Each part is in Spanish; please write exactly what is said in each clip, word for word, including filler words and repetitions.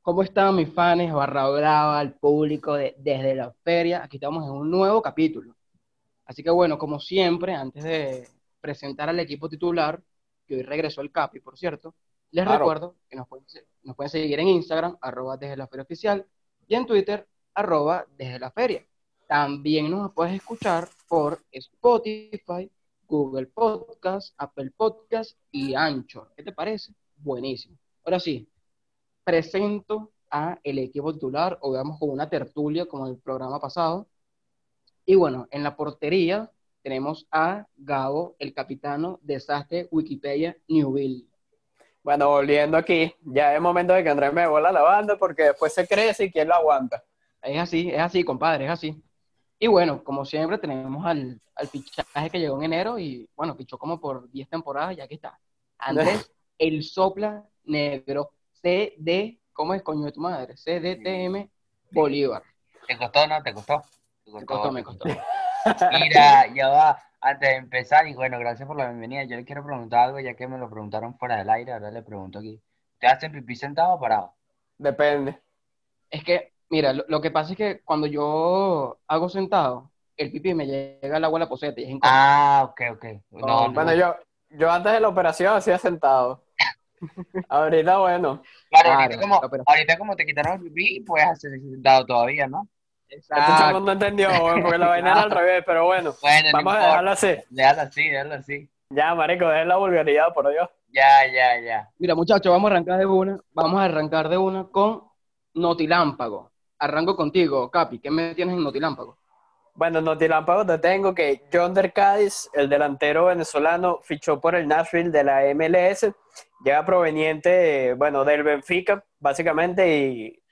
¿Cómo están mis fans, barra brava, al público de- desde la feria? Aquí estamos en un nuevo capítulo. Así que bueno, como siempre, antes de presentar al equipo titular, que hoy regresó el Capi, por cierto, les Claro. recuerdo que nos pueden, se- nos pueden seguir en Instagram, arroba desde la feria oficial, y en Twitter, arroba desde la feria. También nos puedes escuchar por Spotify, Google Podcast, Apple Podcast y Anchor. ¿Qué te parece? Buenísimo. Ahora sí, presento a el equipo titular, o veamos con una tertulia como el programa pasado. Y bueno, en la portería tenemos a Gabo, el capitano desastre Wikipedia Newville. Bueno, volviendo aquí, ya es momento de que Andrés me vuela la banda porque después se crece y quién lo aguanta. Es así, es así, compadre, es así. Y bueno, como siempre, tenemos al, al fichaje que llegó en enero y bueno, fichó como por diez temporadas y aquí está. Andrés, el sopla negro, C D, ¿cómo es coño de tu madre? C D T M Bolívar. ¿Te costó, no? ¿Te costó? Te Me costó, costó, me te costó. costó. Mira, ya va, antes de empezar, y bueno, gracias por la bienvenida. Yo le quiero preguntar algo, ya que me lo preguntaron fuera del aire, ahora le pregunto aquí. ¿Te hacen pipí sentado o parado? Depende. Es que, mira, lo, lo que pasa es que cuando yo hago sentado, el pipí me llega al agua a la poseta y es incómodo. Ah, ok, ok. No, Coño. Bueno, no. yo, yo antes de la operación hacía sentado. Ahorita, bueno, Claro, ahorita Claro, como, la operación. ahorita como te quitaron el pipí, puedes hacer sentado todavía, ¿no? este chamo no Exacto. entendió, bueno, porque la vaina era al Claro. revés, pero bueno, Bueno, no vamos a dejarlo importa. así. Déjalo así, déjalo así. Ya, marico, dejen la vulgaridad, por Dios. Ya, ya, ya. Mira, muchachos, vamos a arrancar de una. Vamos a arrancar de una con Notilámpago. Arranco contigo, Capi. ¿Qué me tienes en Notilámpago? Bueno, notilámpago te tengo que John Cádiz, el delantero venezolano, fichó por el Nashville de la M L S, llega proveniente, bueno, del Benfica, básicamente, y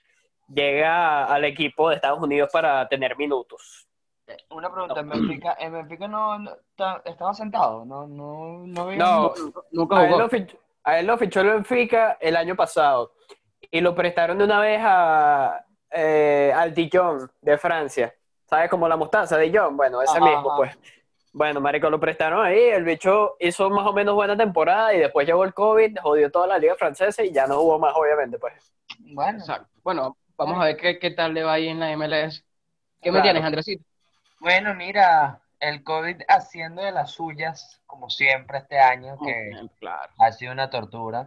llega al equipo de Estados Unidos para tener minutos. Una pregunta, en Benfica, en Benfica no, no- ta- estaba sentado, no, no, no veía No, No, mucho. nunca, nunca a él lo jugó. fichó, a él lo fichó el Benfica el año pasado y lo prestaron de una vez a, eh, al Dijon de Francia. ¿Sabes? Como la mostaza de Dijon. Bueno, ese Ajá, mismo, ajá. pues. Bueno, marico, lo prestaron ahí, el bicho hizo más o menos buena temporada y después llegó el COVID, jodió toda la liga francesa y ya no jugó más, obviamente, pues. Bueno, Exacto. Bueno, está vamos a bien. ver qué, qué tal le va ahí en la M L S. ¿Qué me tienes, Claro. Andresito? Bueno, mira, el COVID haciendo de las suyas, como siempre este año, Como que siempre, claro. ha sido una tortura.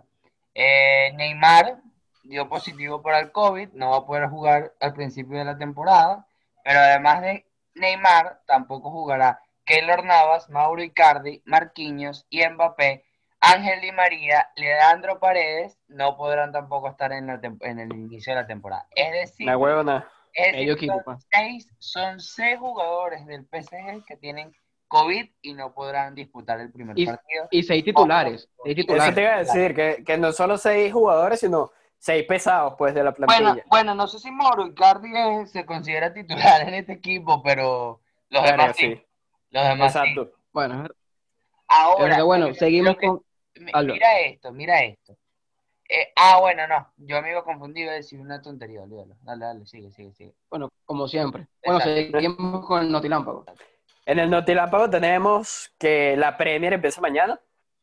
Eh, Neymar dio positivo para el COVID, no va a poder jugar al principio de la temporada, pero además de Neymar, tampoco jugará Keylor Navas, Mauro Icardi, Marquinhos y Mbappé. Ángel Di María, Leandro Paredes no podrán tampoco estar en, la tem- en el inicio de la temporada. Es Una decir, huevona. es Medio decir, equipo, son pa. seis, son seis jugadores del P S G que tienen COVID y no podrán disputar el primer Y, partido. y seis Ojo, titulares. Seis y seis Eso te titulares. iba a titulares. decir, que, que no solo seis jugadores, sino seis pesados, pues, de la Bueno, plantilla. bueno, no sé si Mauro Icardi es- se considera titular en este equipo, pero los demás Verga, sí. sí. Los demás sí. Exacto. Bueno, es ver- es Ahora, verdad. lo Bueno, que, seguimos lo que- con mi- Alba. mira esto, mira esto. Eh, ah, bueno, no, yo me iba confundido a decir una tontería, olvídalo. Dale, dale, sigue, sigue, sigue. Bueno, como siempre. Bueno, Exacto. seguimos con el Notilámpago. En el Notilámpago tenemos que la Premier empieza mañana.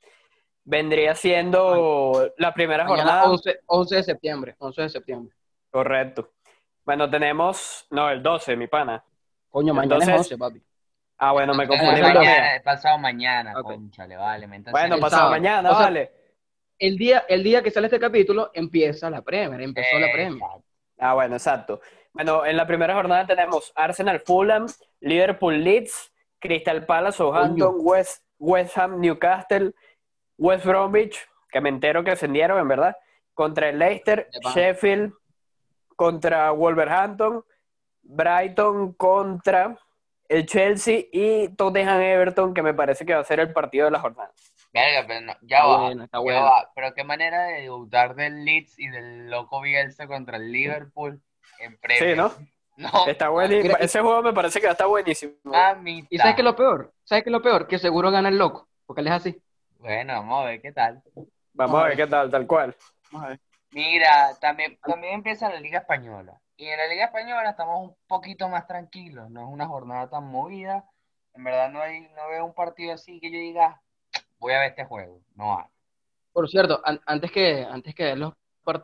Vendría Ma- siendo la primera Mañana jornada. once once de septiembre. Once de septiembre. Correcto. Bueno, tenemos, no, el doce, mi pana. Coño, mañana es Entonces, once, papi. ah, bueno, me Eh, confundí Empieza el con la doce. mía. mañana, he pasado mañana, Ok. cónchale, vale, me estás Bueno, El haciendo. pasado sábado. mañana, O sea, vale. el día, el día que sale este capítulo empieza la Premier. Empezó la Premier. Exacto. Ah, bueno, exacto. Bueno, en la primera jornada tenemos Arsenal Fulham, Liverpool Leeds, Crystal Palace Coño. Southampton, West, West Ham Newcastle, West Bromwich, que me entero que ascendieron, en verdad, contra el Leicester, De pana. Sheffield contra Wolverhampton, Brighton contra el Chelsea y Tottenham Everton, que me parece que va a ser el partido de la jornada. Verga, pero no, ya Está va, bueno, está ya bueno. va. Pero qué manera de debutar del Leeds y del loco Bielsa contra el Liverpool en Sí, Premier. ¿no? No, Está buenísimo. Mira, y, Ese juego me parece que va a estar buenísimo. y ¿sabes qué mamita. es lo peor? ¿Sabes qué es lo peor? Que seguro gana el loco, porque él es así. Bueno, vamos a ver qué tal. Vamos Vamos a a ver ver, qué tal, tal cual. vamos a ver. Mira, también, también empieza la Liga Española. Y en la Liga Española estamos un poquito más tranquilos. No es una jornada tan movida. En verdad no hay, no veo un partido así que yo diga, voy a ver este juego. No hay. Por cierto, an- antes que, antes que ver los partidos,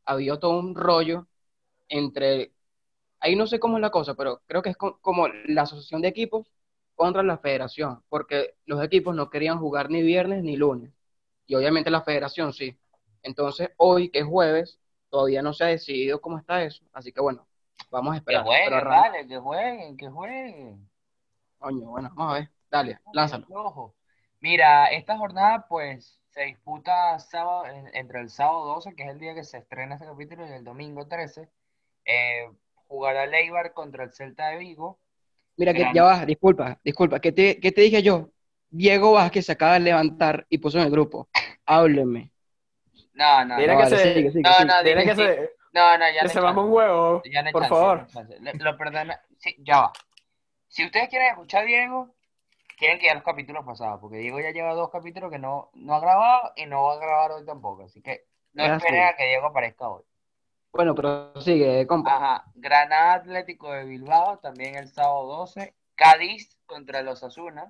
había todo un rollo entre, ahí no sé cómo es la cosa, pero creo que es co- como la asociación de equipos contra la federación, porque los equipos no querían jugar ni viernes ni lunes, y obviamente la federación sí. Entonces, hoy, que es jueves, todavía no se ha decidido cómo está eso, así que bueno, vamos a Que esperar, pero jueguen, arranca, vale, que jueguen, que jueguen. coño, bueno, vamos a ver, dale, Dale, lánzalo. flojo. Mira, esta jornada pues se disputa sábado, en- entre el sábado doce, que es el día que se estrena este capítulo, y el domingo trece. Eh, jugará el Eibar contra el Celta de Vigo. Mira que ya Gran... va, disculpa, disculpa, ¿qué te, qué te dije yo? Diego Vázquez se acaba de levantar y puso en el grupo, hábleme. No, no, No, Dile no. que vale, sigue, se, sigue, No, sigue. no, dile di- que di- se, no, no, ya que no hay se mame un chance. huevo, Ya no hay por chance, ya no hay favor. chance. Le- Lo perdona. Sí, ya va. Si ustedes quieren escuchar a Diego, tienen que ir a los capítulos pasados, porque Diego ya lleva dos capítulos que no, no ha grabado y no va a grabar hoy tampoco. Así que no Es esperen a así. que Diego aparezca hoy. Bueno, pero sigue, compa. Ajá, Granada Atlético de Bilbao, también el sábado doce. Cádiz contra los Asuna.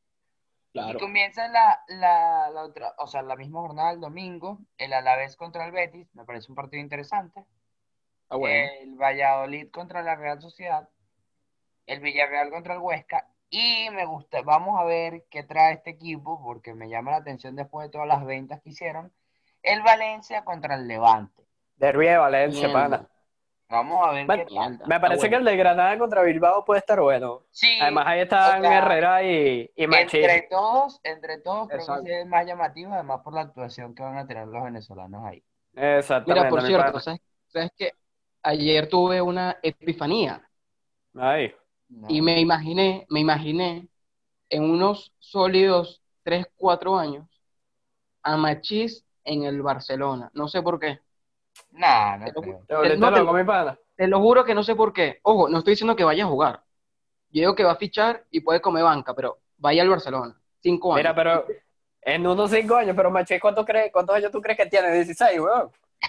Y Claro. comienza la, la, la otra, o sea, la misma jornada el domingo, el Alavés contra el Betis, me parece un partido interesante. Está bueno. El Valladolid contra la Real Sociedad, el Villarreal contra el Huesca. Y me gusta, vamos a ver qué trae este equipo, porque me llama la atención después de todas las ventas que hicieron. El Valencia contra el Levante. Derbi de Valencia, pana. Mierda, Vamos a ver Bueno, qué tal. mierda. me Está parece que bueno. el de Granada contra Bilbao puede estar bueno. Sí, Además, ahí o están sea, Herrera y, y Machís. entre todos, entre todos creo que sí Exacto. es más llamativo, además por la actuación que van a tener los venezolanos ahí. Mira, Exactamente, por mi cierto, pana. ¿sabes, sabes que ayer tuve una epifanía Ahí. y No, me imaginé, me imaginé en unos sólidos tres cuatro años a Machís en el Barcelona. No sé por qué. no, Te no lo, ju- creo. Te te- volviste no, te loco, lo, mi pana. te lo juro que no sé por qué. Ojo, no estoy diciendo que vaya a jugar. Yo digo que va a fichar y puede comer banca, pero vaya al Barcelona. Cinco Mira, años. pero en unos cinco años, pero Machís, ¿cuánto crees, ¿cuántos años tú crees que tiene? Dieciséis, weón.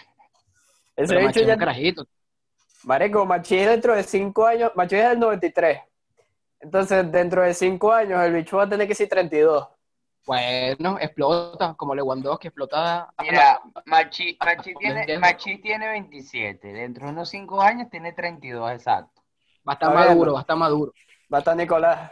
Ese Pero bicho Machís es un ya. carajito. Marico, Machís dentro de cinco años. Machís es del noventa y tres. Entonces, dentro de cinco años, el bicho va a tener que ser treinta y dos. Bueno, explota, como Lewandowski explota a Mira, Machi, Machi los tiene, viejos. Machi tiene veintisiete, dentro de unos cinco años tiene treinta y dos, exacto. Va a estar ¿Está maduro, viendo? va a estar maduro. Va a estar Nicolás.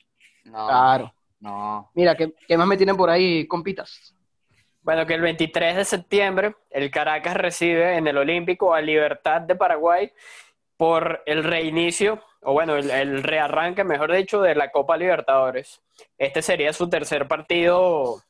No, Claro. no. Mira, ¿qué, qué más me tienen por ahí, compitas? Bueno, que el veintitrés de septiembre el Caracas recibe en el Olímpico a Libertad de Paraguay por el reinicio, o bueno, el, el rearranque, mejor dicho, de la Copa Libertadores. Este sería su tercer partido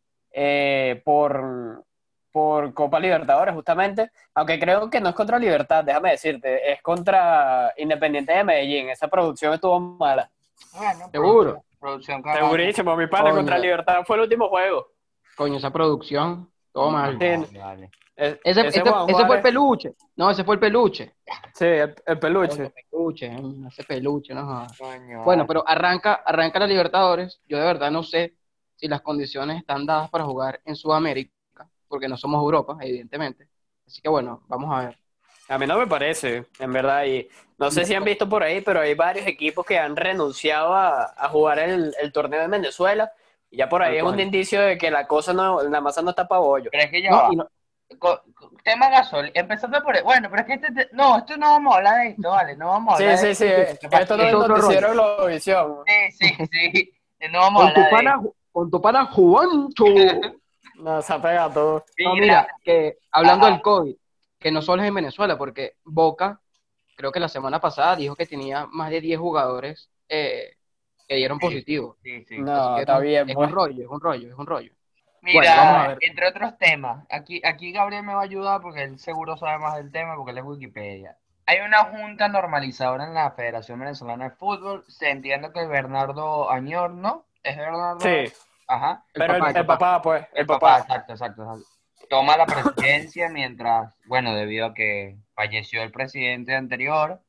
eh, por, por Copa Libertadores, justamente, aunque creo que no es contra Libertad, déjame decirte, es contra Independiente de Medellín. Esa producción estuvo mala. Bueno, Seguro. producción, producción cagazo. Segurísimo, mi pana, contra Coño, Libertad fue el último juego. coño, esa producción, todo No, mal. Sí, vale, vale. es- Ese, ese ese, Juan ese fue el Juárez, peluche. No, ese fue el peluche. sí, el, el Coño, peluche. peluche, mm, ese peluche, no jodas. Coño, Bueno, vale. pero arranca, arranca la Libertadores. Yo de verdad no sé si las condiciones están dadas para jugar en Sudamérica, porque no somos Europa, evidentemente. Así que bueno, vamos a ver. A mí no me parece, en verdad, y no sé si han visto por ahí, pero hay varios equipos que han renunciado a, a jugar el, el torneo en Venezuela, y ya por ahí Tal es un cual. indicio de que la cosa no, la masa no está para bollo. Pero es que ya No, va. y no, Co- co- tema gasol, empezando por... Bueno, pero es que este... te- No, esto no vamos a hablar de esto, vale. No vamos a Sí, hablar sí, de sí, esto. porque capaz esto no que- es es otro noticiero rollo. de Globovisión. Sí, sí, sí. No vamos a Con tu hablar de pana, esto. con tu pana Juancho. No, se ha pegado todo. No, Mira, mira, que hablando ajá. del COVID, que no solo es en Venezuela, porque Boca, creo que la semana pasada dijo que tenía más de diez jugadores eh, que dieron Sí, positivo. sí, sí. Así No, que está no, bien, es un pues. rollo, es un rollo, es un rollo. Bueno, vamos a Mira, ver. entre otros temas, aquí, aquí Gabriel me va a ayudar porque él seguro sabe más del tema porque él es Wikipedia. Hay una junta normalizadora en la Federación Venezolana de Fútbol. Se entiende que Bernardo Añor, ¿no? ¿Es Bernardo? Sí, Ajá. El pero el, papá, el el papá. papá, pues, el El papá, papá. exacto, exacto, exacto. Toma la presidencia mientras, bueno, debido a que falleció el presidente anterior.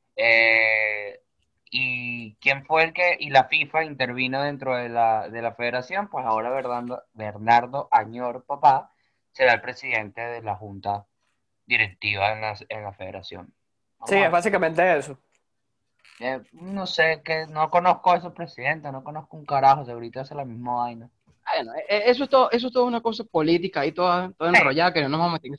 eh, y quién fue el que, y la FIFA intervino dentro de la, de la federación, pues ahora Bernardo, Bernardo Añor, papá, será el presidente de la junta directiva en la, en la federación. Sí, Vamos a es básicamente eso. ver. Eh, no sé, que no conozco a esos presidentes, no conozco un carajo, segurito hace la misma vaina. Bueno, e- e- eso es todo, eso es todo una cosa política y toda, toda Sí, enrollada que no nos vamos a meter en ese pedo.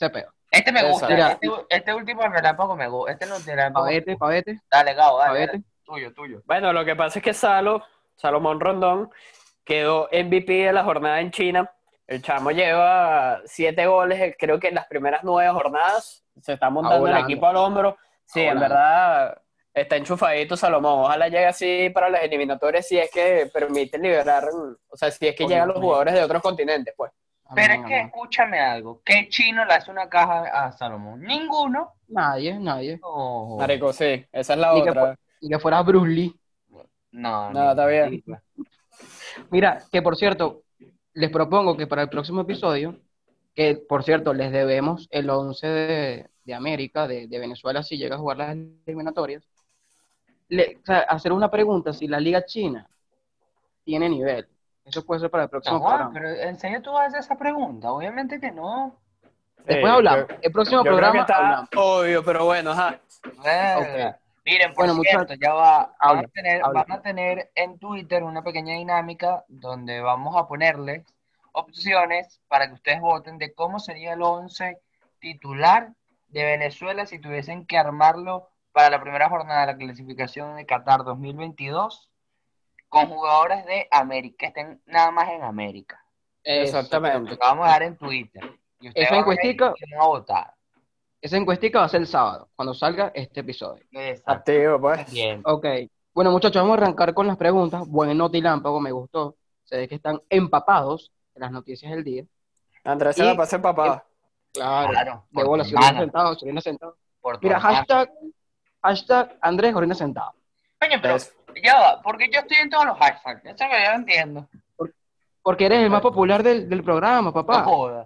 Este me gusta, Exacto. este, este último relámpago me gusta, este no te relámpago. Pavete, pavete, Dale, Gabo, dale, pavete. dale. Tuyo, tuyo. Bueno, lo que pasa es que Salo, Salomón Rondón, quedó M V P de la jornada en China. El chamo lleva siete goles, eh, creo que en las primeras nueve jornadas. Se está montando el volando. equipo al hombro. Sí, en volando. verdad está enchufadito Salomón. Ojalá llegue así para las eliminatorias si es que permiten liberar, o sea, si es que Por llegan Dios los mío. jugadores de otros continentes, pues. Pero Amén, es que amén. escúchame algo, ¿qué chino le hace una caja a Salomón? Ninguno. Nadie, nadie. No, Marico, sí, esa es la Ni que, otra. fu- ni que fuera Bruce Lee. no, No, está bien. mentira. Mira, que por cierto, les propongo que para el próximo episodio, que por cierto, les debemos el once de, de América, de, de Venezuela, si llega a jugar las eliminatorias, le- o sea, hacer una pregunta si la Liga China tiene nivel. Eso puede ser para el próximo Juan, programa. pero ¿en serio tú vas a hacer esa pregunta? Obviamente que no. Después Sí, hablamos. yo, El próximo yo creo que programa está hablamos. obvio, pero bueno, ajá. Verga. Ok. Miren, por Bueno, cierto, muchachos, ya va, van a habla, tener, habla. van a tener en Twitter una pequeña dinámica donde vamos a ponerles opciones para que ustedes voten de cómo sería el once titular de Venezuela si tuviesen que armarlo para la primera jornada de la clasificación de Qatar dos mil veintidós con jugadores de América, que estén nada más en América. Eso. Exactamente. Lo vamos a dar en Twitter. Y ustedes Esa van a ver encuestica, y van a votar. esa encuestica va a ser el sábado, cuando salga este episodio. Exacto. Activo, pues. Bien. Ok. Bueno, muchachos, vamos a arrancar con las preguntas. Buen notilámpago, me gustó. Se ve que están empapados en las noticias del día. Andrés se Y, la pasa empapado. Claro, Claro, de por bola, tu si orina hermana, sentado, si orina sentado. por tu Mira, hermana. hashtag, hashtag Andrés orina sentado. Coño, pero Eso. ya va, porque yo estoy en todos los hashtags. Eso que yo no entiendo. Porque eres el más popular del, del programa, No papá. joda.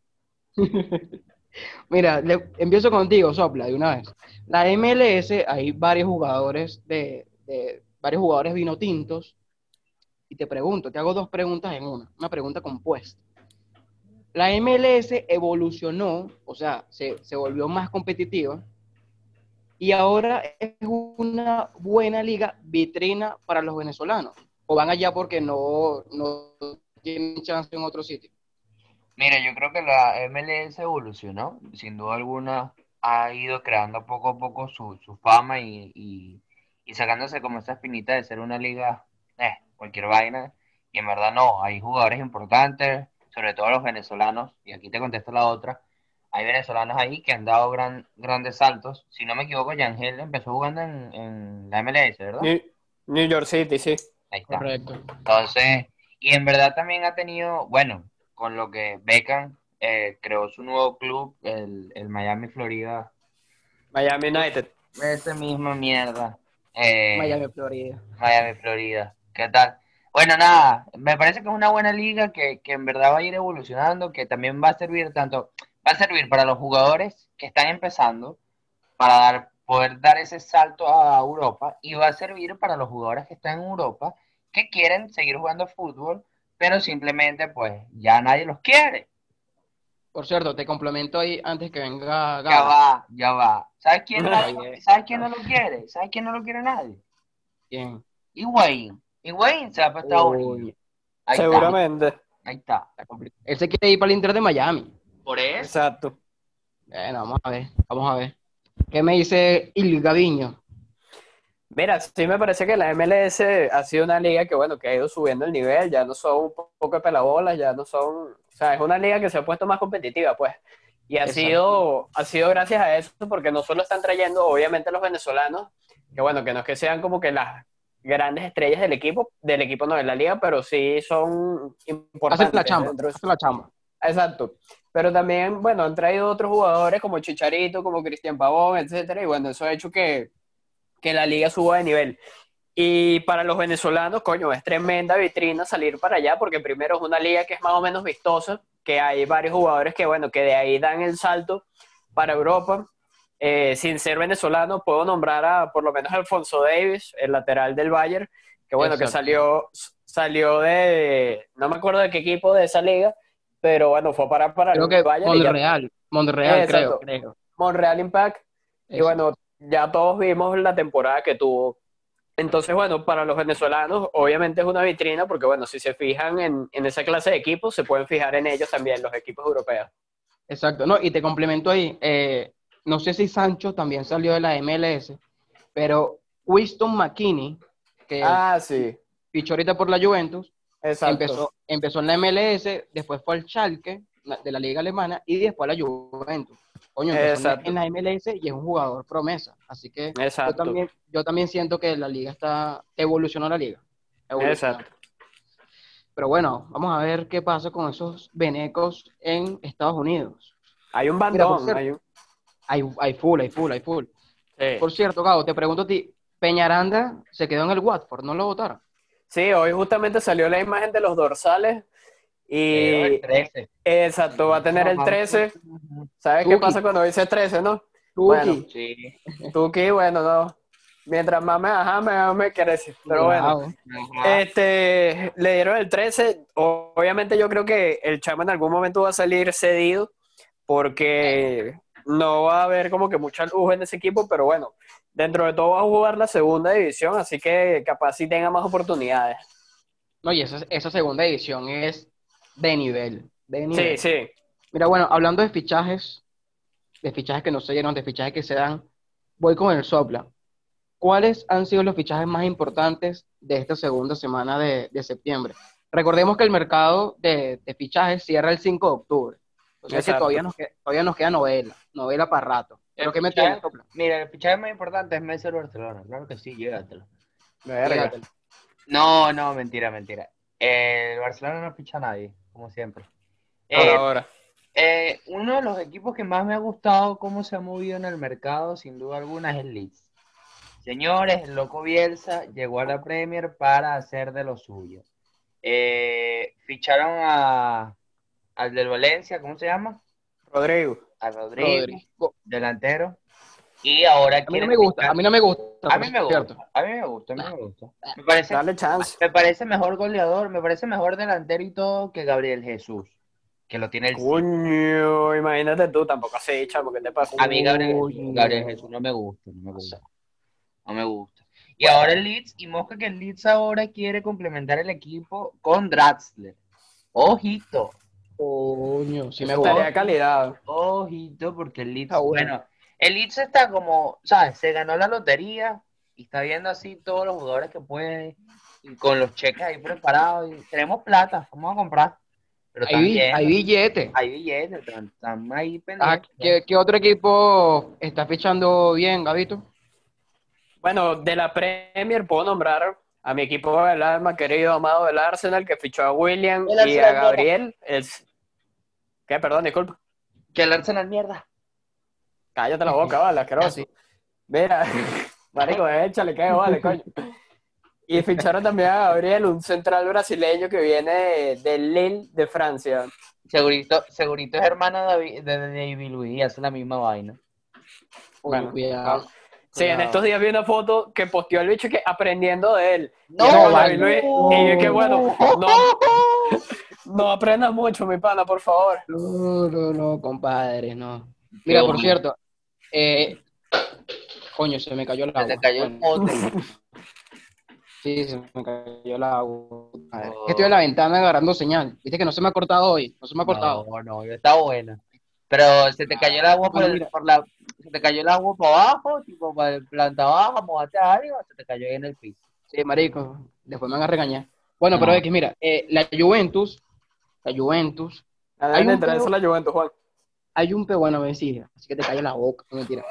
Mira, le- empiezo contigo, Sopla, de una vez. La M L S, hay varios jugadores de, de varios jugadores vinotintos. Y te pregunto, te hago dos preguntas en una, una pregunta compuesta. La M L S evolucionó, o sea, se, se volvió más competitiva y ahora es una buena liga vitrina para los venezolanos. O van allá porque no, no tienen chance en otro sitio. Mira, yo creo que la M L S evolucionó. Sin duda alguna ha ido creando poco a poco su, su fama y, y, y sacándose como esa espinita de ser una liga, eh, cualquier vaina. Y en verdad no, hay jugadores importantes, sobre todo los venezolanos. Y aquí te contesto la otra. Hay venezolanos ahí que han dado gran, grandes saltos. Si no me equivoco, Yangel empezó jugando en, en la M L S, ¿verdad? New, New York City, sí. Ahí está. Correcto. Entonces, y en verdad también ha tenido, bueno, con lo que Beckham eh, creó su nuevo club, el, el Miami, Florida, Miami United. esa misma mierda, eh, Miami, Florida. Miami, Florida, ¿qué tal? Bueno, nada, me parece que es una buena liga que, que en verdad va a ir evolucionando, que también va a servir tanto, va a servir para los jugadores que están empezando, para dar, poder dar ese salto a Europa, y va a servir para los jugadores que están en Europa, que quieren seguir jugando fútbol, pero simplemente pues ya nadie los quiere. Por cierto, te complemento ahí antes que venga Ya Gabo. va, ya va. ¿Sabes quién, no, Oye. ¿sabes quién no lo quiere? ¿Sabes quién no lo quiere nadie? Bien. Higuaín. Higuaín se va para Estados Uy, Unidos. Ahí Seguramente. está, ahí está. está complicado. Él se quiere ir para el Inter de Miami. Por eso. Exacto. Bueno, vamos a ver, vamos a ver. ¿Qué me dice Il Gaviño? Mira, sí me parece que la M L S ha sido una liga que, bueno, que ha ido subiendo el nivel, ya no son un poco de pelabolas, ya no son, o sea, es una liga que se ha puesto más competitiva, pues, y ha Exacto. sido, ha sido gracias a eso, porque no solo están trayendo, obviamente, los venezolanos, que bueno, que no es que sean como que las grandes estrellas del equipo, del equipo no de la liga, pero sí son importantes. Hacen la chamba, dentro de su- hacen la chamba. Exacto. Pero también, bueno, han traído otros jugadores como Chicharito, como Cristian Pavón, etcétera, y bueno, eso ha hecho que, que la liga suba de nivel. Y para los venezolanos, coño, es tremenda vitrina salir para allá, porque primero es una liga que es más o menos vistosa, que hay varios jugadores que, bueno, que de ahí dan el salto para Europa. Eh, sin ser venezolano, puedo nombrar a por lo menos a Alfonso Davis, el lateral del Bayern, que bueno, que Exacto. salió, salió de, no me acuerdo de qué equipo de esa liga, pero bueno, fue para, para Creo el que Bayern y ya, Monreal, Monreal, eh, creo, exacto, creo. Montreal Impact, y Eso. bueno, ya todos vimos la temporada que tuvo. Entonces, bueno, para los venezolanos, obviamente es una vitrina, porque bueno, si se fijan en, en esa clase de equipos, se pueden fijar en ellos también, los equipos europeos. Exacto, no, y te complemento ahí. Eh, no sé si Sancho también salió de la M L S, pero Winston McKinney, que Ah, sí, fichó ahorita por la Juventus, exacto, empezó, empezó en la M L S, después fue al Schalke la- de la liga alemana y después a la Juventus. Coño, empezó en la, en exacto, la M L S y es un jugador promesa. Así que yo exacto, también, yo también siento que la liga está, evolucionó la liga, evolucionó. exacto. Pero bueno, vamos a ver qué pasa con esos venecos en Estados Unidos. Hay un Mira, por bandón, cierto, hay un... hay, hay full, hay full, hay full. Sí. Por cierto, Gabo, te pregunto a ti, Peñaranda se quedó en el Watford, ¿no lo votaron? Sí, hoy justamente salió la imagen de los dorsales Pero el y trece. exacto, va a tener el Mamá, trece. ¿Sabes qué Tuki, pasa cuando dice trece, no? Tuki. Bueno, sí. tú aquí, bueno, no. Mientras más me ajá, me, me crece. Pero bueno, Bravo. Ajá. este, le dieron el trece. O- Obviamente yo creo que el Chama en algún momento va a salir cedido porque no va a haber como que mucha luz en ese equipo, pero bueno, dentro de todo va a jugar la segunda división, así que capaz sí tenga más oportunidades. No, y esa, esa segunda edición es de nivel, de Sí, nivel. sí. Mira, bueno, hablando de fichajes, de fichajes que no se dieron, de fichajes que se dan, voy con el sopla. ¿Cuáles han sido los fichajes más importantes de esta segunda semana de, de septiembre? Recordemos que el mercado de, de fichajes cierra el cinco de octubre. O sea que Exacto. todavía nos, queda, todavía nos queda novela, novela para rato. El ¿Pero qué me tienes, fichaje, sopla? mira, el fichaje más importante es Messi al Barcelona. Claro que sí, llévatelo. Verga. Llégatelo. No, no, mentira, mentira. El Barcelona no ficha a nadie, como siempre. Por Eh, ahora. eh, uno de los equipos que más me ha gustado cómo se ha movido en el mercado, sin duda alguna, es el Leeds. Señores, el loco Bielsa llegó a la Premier para hacer de lo suyo. Eh, ficharon a, al del Valencia, ¿cómo se llama? Rodrigo. A Rodrigo, Rodrigo. delantero. Y ahora A mí no quieren me gusta, a fichar. mí no me gusta, A por mí me cierto. gusta, a mí me gusta, a mí me gusta. Me parece, Dale chance. me parece mejor goleador, me parece mejor delantero y todo que Gabriel Jesús, que lo tiene el City. Coño, imagínate tú, tampoco así, chamo, ¿qué te pasa? A mí Gabriel Jesús, Gabriel Coño. Jesús no me gusta, no me O sea, gusta, no me gusta. Y ahora el Leeds, y mosca que el Leeds ahora quiere complementar el equipo con Draxler. Ojito, coño, sí me Eso gusta. estaría de ojito, calidad. ojito, porque el Está Leeds, bueno. bueno, el Leeds está como, ¿sabes? Se ganó la lotería y está viendo así todos los jugadores que puede y con los cheques ahí preparados. Y tenemos plata, vamos a comprar. Pero Hay, están bi- hay viendo, billete. hay billetes, están, están ahí Ah, pendientes. ¿No? ¿qué, qué otro equipo está fichando bien, Gabito? Bueno, de la Premier puedo nombrar a mi equipo del alma, querido amado del Arsenal, que fichó a William El y a Arsenal mierda. Gabriel. Es... ¿Qué? Perdón, disculpa. Que el Arsenal mierda. Cállate la boca, vale, asqueroso. Así. Mira, marico, échale, que vale, coño. Y ficharon también a Gabriel, un central brasileño que viene de, de Lille, de Francia. Segurito, segurito es hermano de David, de David Luiz y hace la misma vaina. Coño, Bueno, cuidado. vamos. Sí, en estos Cuidado. días vi una foto que posteó el bicho que aprendiendo de él. Y ¡No! es No, con David vale. Luiz. Y yo que bueno, no, no aprendas mucho, mi pana, por favor. No, no, no, compadre, no. Qué Mira, por bola. cierto, eh, coño, se me cayó el Se te agua. cayó el Bueno, pote. sí, se me cayó el agua. Madre. Es que estoy en Oh, la ventana agarrando señal. Viste que no se me ha cortado hoy, no se me ha cortado. no, no, está buena. Pero se te cayó el agua por Bueno, el, mira, por la, se te cayó el agua para abajo, tipo para el planta baja, mojaste arriba, se te cayó ahí en el piso. sí, marico, después me van a regañar. Bueno, pero No. es que mira, eh, la Juventus, la Juventus, hay Deben un traerse peo, la Juventus, Juan. hay un peo, bueno, me decía, así que te calla la boca, no mentira.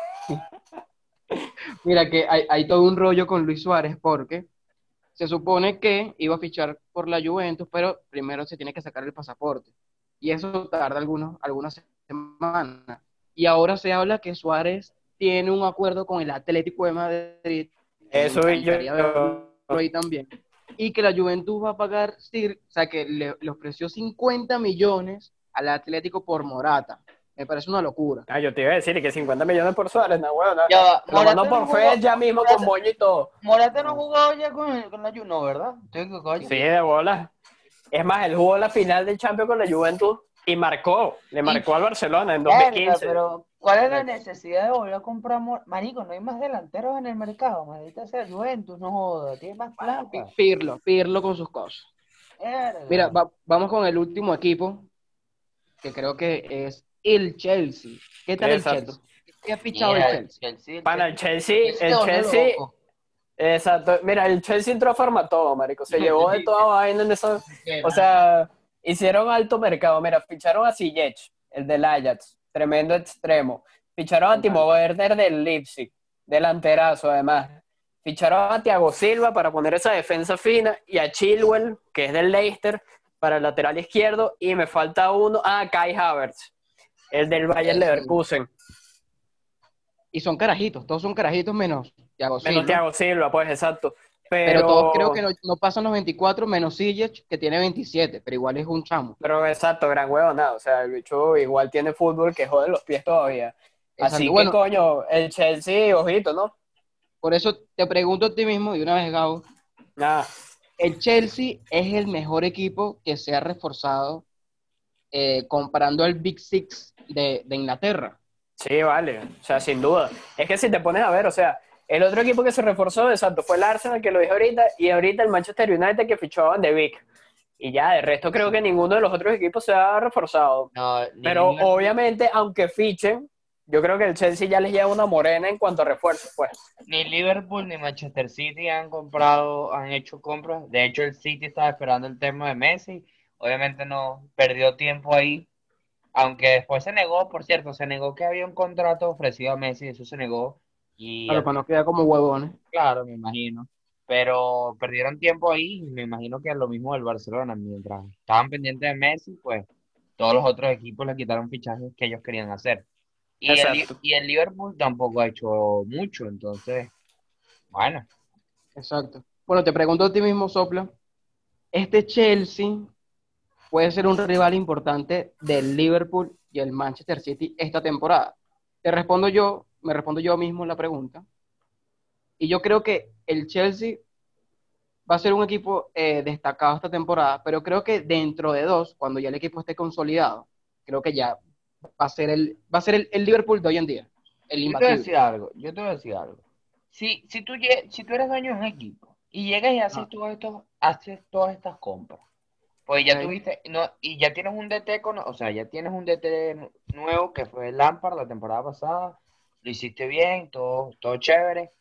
Mira que hay, hay todo un rollo con Luis Suárez porque se supone que iba a fichar por la Juventus, pero primero se tiene que sacar el pasaporte. Y eso tarda algunos, algunas semanas. Y ahora se habla que Suárez tiene un acuerdo con el Atlético de Madrid, que me Eso y yo. encantaría verlo ahí también. Y que la Juventus va a pagar, o sea, que le, le ofreció cincuenta millones al Atlético por Morata. Me parece una locura. Ah, yo te iba a decir que cincuenta millones por Suárez, no, weón. No. Ya va, Lo mando Morata no por jugó, fe ya mismo con Morata, moño y todo. Morata no ha jugado ya con, el- con la Juno, ¿verdad? Estoy equivocado Sí, ya. de bola. Es más, él jugó la final del Champions con la Juventus y marcó. Le Y marcó al Barcelona en dos mil verga, quince. pero ¿cuál es la necesidad de volver a comprar Mor- Marico, no hay más delanteros en el mercado, maldita sea Juventus, no joda, tiene más plata. Pirlo, Pirlo con sus cosas. Verga. Mira, va- vamos con el último equipo, que creo que es el Chelsea. ¿Qué tal el Exacto. Chelsea? ¿Qué ha fichado el Mira, Chelsea? Chelsea, el Para el Chelsea, Chelsea, Chelsea se el volvió Chelsea, loco. exacto. Mira, el Chelsea entró a forma todo, marico. Se llevó de toda vaina en eso. Qué O sea, hicieron alto mercado. Mira, ficharon a Ziyech, el del Ajax, tremendo extremo. Ficharon a Timo Werner del Leipzig, delanterazo además. Ficharon a Thiago Silva para poner esa defensa fina y a Chilwell, que es del Leicester, para el lateral izquierdo. Y me falta uno, ah, Kai Havertz, el del Bayer Eso. Leverkusen. Y son carajitos, todos son carajitos menos Thiago Menos Silva. Thiago Silva, pues exacto. Pero todos creo Pero, que no, no pasan los veinticuatro menos Ziyech, que tiene veintisiete, pero igual es un chamo. pero exacto, gran huevo, nada. O sea, el bicho igual tiene fútbol que jode los pies todavía. Exacto. Así que, Bueno, coño, el Chelsea, ojito, ¿no? por eso te pregunto a ti mismo, y una vez, Gabo, Nada. el Chelsea es el mejor equipo que se ha reforzado eh, comparando al Big Six de, de Inglaterra. Sí, vale. O sea, sin duda. Es que si te pones a ver, o sea, el otro equipo que se reforzó, exacto, fue el Arsenal, que lo dije ahorita, y ahorita el Manchester United que fichó a Van de Beek. Y ya, de resto creo que ninguno de los otros equipos se ha reforzado. No, ni Pero Liverpool- obviamente, aunque fichen, yo creo que el Chelsea ya les lleva una morena en cuanto a refuerzos, pues. Ni Liverpool ni Manchester City han comprado, han hecho compras. De hecho, el City estaba esperando el tema de Messi. Obviamente no perdió tiempo ahí. Aunque después se negó, por cierto, se negó que había un contrato ofrecido a Messi, eso se negó. Y Claro, al para no final, quedar como huevones. claro, me imagino. Pero perdieron tiempo ahí. Y me imagino que es lo mismo del Barcelona. Mientras estaban pendientes de Messi, pues todos los otros equipos le quitaron fichajes que ellos querían hacer. Y el, Li- Exacto. y el Liverpool tampoco ha hecho mucho, entonces, bueno. Exacto. Bueno, te pregunto a ti mismo, Sopla, ¿este Chelsea puede ser un rival importante del Liverpool y el Manchester City esta temporada? Te respondo yo, me respondo yo mismo la pregunta. Y yo creo que el Chelsea va a ser un equipo eh, destacado esta temporada, pero creo que dentro de dos, cuando ya el equipo esté consolidado, creo que ya va a ser el, va a ser el, el Liverpool de hoy en día, el Yo te voy a imbatible. decir algo, yo te voy a decir algo. Si, si tú, lle- si tú eres dueño de un equipo y llegas y haces, Ah, todo esto, haces todas estas compras, pues ya ok. tuviste, no, y ya tienes un D T con, o sea, ya tienes un D T nu- nuevo que fue Lampard la temporada pasada, lo hiciste bien, todo, todo chévere.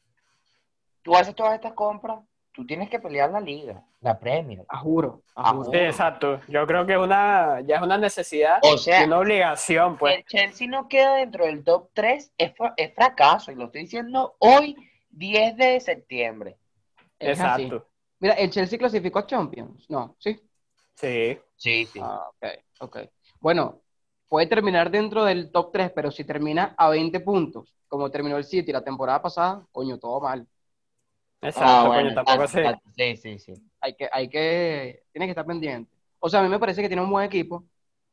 Tú haces todas estas compras, tú tienes que pelear la liga, la Premier, A juro, a a juro. Sí, juro. exacto. Yo creo que es una, ya es una necesidad O y sea, una obligación, si pues. el Chelsea no queda dentro del top tres, es, fra- es fracaso. Y lo estoy diciendo hoy, diez de septiembre. Es así. Exacto. Mira, ¿el Chelsea clasificó a Champions? No, ¿sí? Sí. Sí, sí. Ah, ok, ok. Bueno, puede terminar dentro del top tres, pero si termina a veinte puntos, como terminó el City la temporada pasada, coño, todo mal. Ah, Exacto, coño, bueno, tampoco exacto, sé. exacto. Sí, sí, sí. Hay que, hay que, tiene que estar pendiente. O sea, a mí me parece que tiene un buen equipo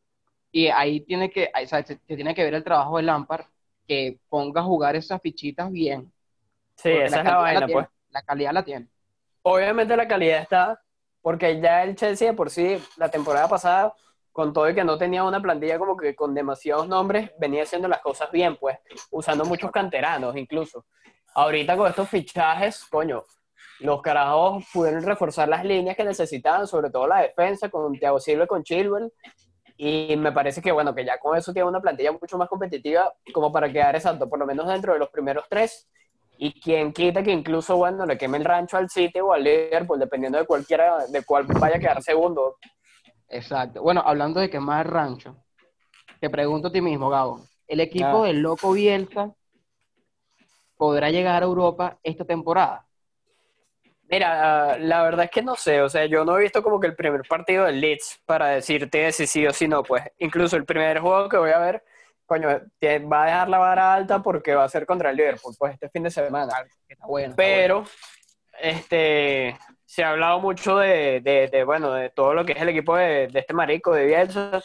y ahí tiene que, ahí, o sea, se, se tiene que ver el trabajo de Lampard, que ponga a jugar esas fichitas bien, Sí, porque esa la es la calidad la vaina, pues. tiene, la calidad la tiene. Obviamente la calidad está, porque ya el Chelsea de por sí, la temporada pasada, con todo y que no tenía una plantilla como que con demasiados nombres, venía haciendo las cosas bien, pues, usando muchos canteranos incluso. Ahorita con estos fichajes, coño, los carajos pudieron reforzar las líneas que necesitaban, sobre todo la defensa, con Thiago Silva y con Chilwell, y me parece que, bueno, que ya con eso tiene una plantilla mucho más competitiva como para quedar exacto, por lo menos dentro de los primeros tres. Y quien quita que incluso, bueno, le queme el rancho al City o al Liverpool, dependiendo de cualquiera, de cuál vaya a quedar segundo. Exacto. Bueno, hablando de quemar rancho, te pregunto a ti mismo, Gabo, ¿el equipo Ah, del Loco Bielsa podrá llegar a Europa esta temporada? mira, la verdad es que no sé, o sea, yo no he visto como que el primer partido del Leeds para decirte si sí o si no, pues incluso el primer juego que voy a ver, coño, te- va a dejar la vara alta porque va a ser contra el Liverpool, pues este fin de semana. Ah, está bueno, está bueno. Pero, este, se ha hablado mucho de, de, de, bueno, de todo lo que es el equipo de, de este marico, de Bielsa,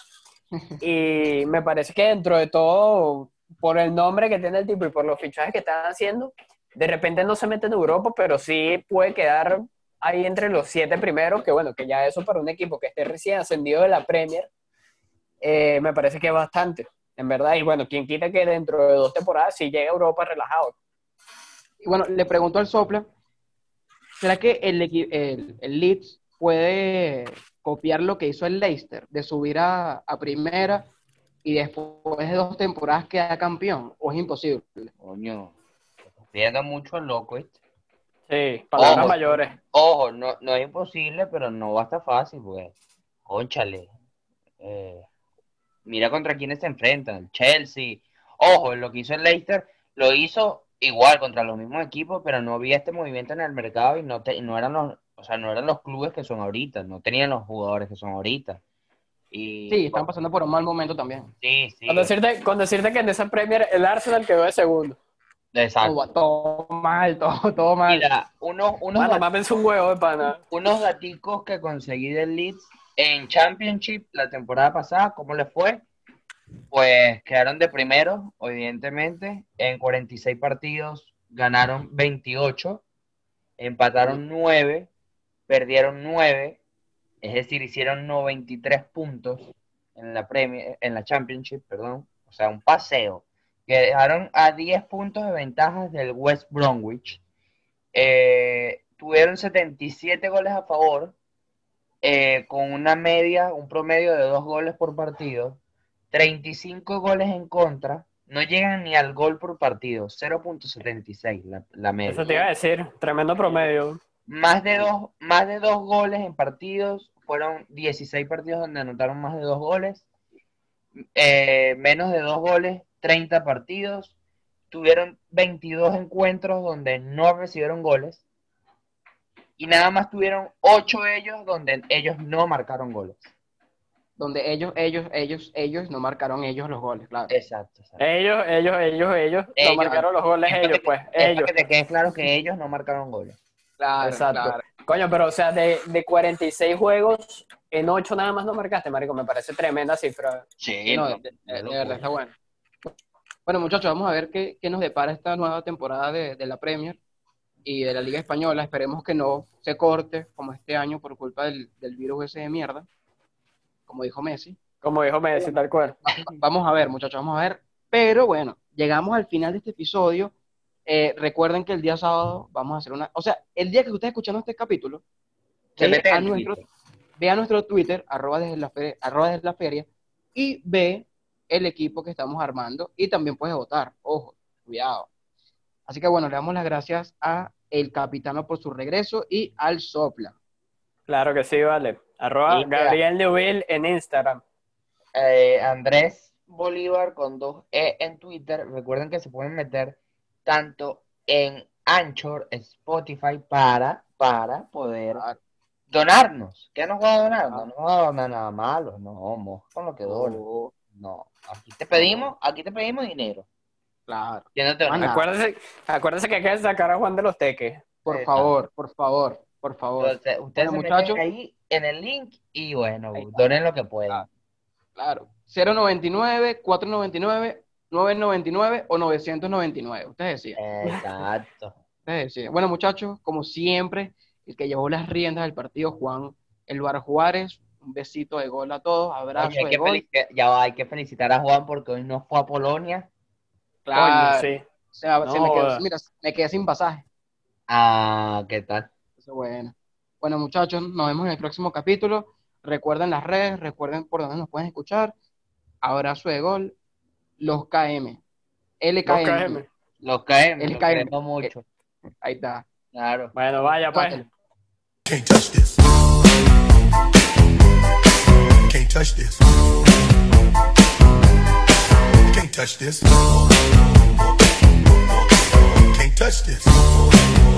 y me parece que dentro de todo, por el nombre que tiene el tipo y por los fichajes que están haciendo, de repente no se mete en Europa, pero sí puede quedar ahí entre los siete primeros, que bueno, que ya eso para un equipo que esté recién ascendido de la Premier, eh, me parece que es bastante, en verdad. Y bueno, quien quita que dentro de dos temporadas sí llegue a Europa relajado. Y bueno, le pregunto al Sopla, ¿será que el, equi- el, el Leeds puede copiar lo que hizo el Leicester, de subir a, a primera y después de dos temporadas queda campeón, o es imposible. Coño, pidiendo mucho el loco, ¿viste? Sí, palabras Ojo. mayores. Ojo, no, no es imposible, pero no va a estar fácil, pues. Cónchale. Eh, mira contra quiénes se enfrentan. Chelsea. Ojo, lo que hizo el Leicester, lo hizo igual contra los mismos equipos, pero no había este movimiento en el mercado y no, te, no eran los, o sea, no eran los clubes que son ahorita, no tenían los jugadores que son ahorita. Y, Sí, están pasando por un mal momento también. Sí, sí. Con decirte, con decirte que en esa Premier el Arsenal quedó de segundo. Exacto. Todo, todo mal, todo, todo mal. Mira, unos, unos, Mano, dat- mames un huevo de pana. unos daticos que conseguí del Leeds en Championship la temporada pasada, ¿cómo les fue? Pues quedaron de primero, evidentemente, en cuarenta y seis partidos ganaron veintiocho, empataron nueve, perdieron nueve, es decir, hicieron noventa y tres puntos en la Premier, en la Championship, perdón, o sea, un paseo, que dejaron a diez puntos de ventaja del West Bromwich. Eh, tuvieron setenta y siete goles a favor, eh, con una media, un promedio de dos goles por partido, treinta y cinco goles en contra, no llegan ni al gol por partido, cero punto setenta y seis la, la media. Eso te iba a decir, tremendo promedio. Más de dos, más de dos goles en partidos, fueron dieciséis partidos donde anotaron más de dos goles, eh, menos de dos goles, treinta partidos, tuvieron veintidós encuentros donde no recibieron goles, y nada más tuvieron ocho ellos donde ellos no marcaron goles. Donde ellos, ellos, ellos, ellos no marcaron ellos los goles, claro. Exacto, exacto. Ellos, ellos, ellos, ellos, no Ellos. marcaron los goles Es para ellos, que- pues, es para ellos. que te quede claro que ellos no marcaron goles. Claro, Exacto. claro. Coño, pero o sea, de, de cuarenta y seis juegos, en ocho nada más no marcaste, marico, me parece tremenda cifra. Sí, No, no, de, de- de verdad está bueno. Bueno, muchachos, vamos a ver qué, qué nos depara esta nueva temporada de, de la Premier y de la Liga Española. Esperemos que no se corte como este año por culpa del, del virus ese de mierda, como dijo Messi. Como dijo Messi, tal cual. Vamos a ver, muchachos, vamos a ver. Pero bueno, llegamos al final de este episodio. Eh, recuerden que el día sábado vamos a hacer una... O sea, el día que usted esté escuchando este capítulo, Se ve mete a en nuestro, Twitter. ve a nuestro Twitter, arroba desde la feria, arroba desde la feria, y ve el equipo que estamos armando y también puedes votar. Ojo, cuidado. Así que bueno, le damos las gracias a el capitano por su regreso y al Sopla. Claro que sí, vale. Arroba Y- Gabriel Neuville en Instagram. Eh, Andrés Bolívar con dos E en Twitter. Recuerden que se pueden meter tanto en Anchor, Spotify, para, para poder Ah, donarnos. ¿Qué nos va a donar? Ah. No nos va a donar nada malo, no, mo, con lo que dona. oh, No, aquí te pedimos, aquí te pedimos dinero. claro. Yo no te doy Ah, nada. Acuérdense, acuérdense que hay que sacar a Juan de los Teques. Por Exacto. favor, por favor, por favor. Entonces, ustedes Bueno, se muchachos. meten ahí en el link y bueno, Ahí está. donen lo que puedan. Claro. cero noventa y nueve, cuatro noventa y nueve, nueve noventa y nueve o novecientos noventa y nueve. Ustedes decían. Exacto. Ustedes decían. Bueno, muchachos, como siempre, el que llevó las riendas del partido, Juan El Bar Juárez. Un besito de gol a todos. Abrazo Oye, hay de que gol. felicitar, ya va, hay que felicitar a Juan porque hoy no fue a Polonia. Claro. Coño, sí. O sea, se me No, quedó, joda. mira, me quedé sin pasaje. Ah, ¿qué tal? Eso es bueno. Bueno, muchachos, nos vemos en el próximo capítulo. Recuerden las redes, recuerden por dónde nos pueden escuchar. Abrazo de gol. Los K M. L K M. Los K M. Los caemos, El los K M. queremos mucho. Ahí está. Claro. Bueno, vaya pues. Dátelo. Can't touch this. Can't touch this. Can't touch this. Can't touch this.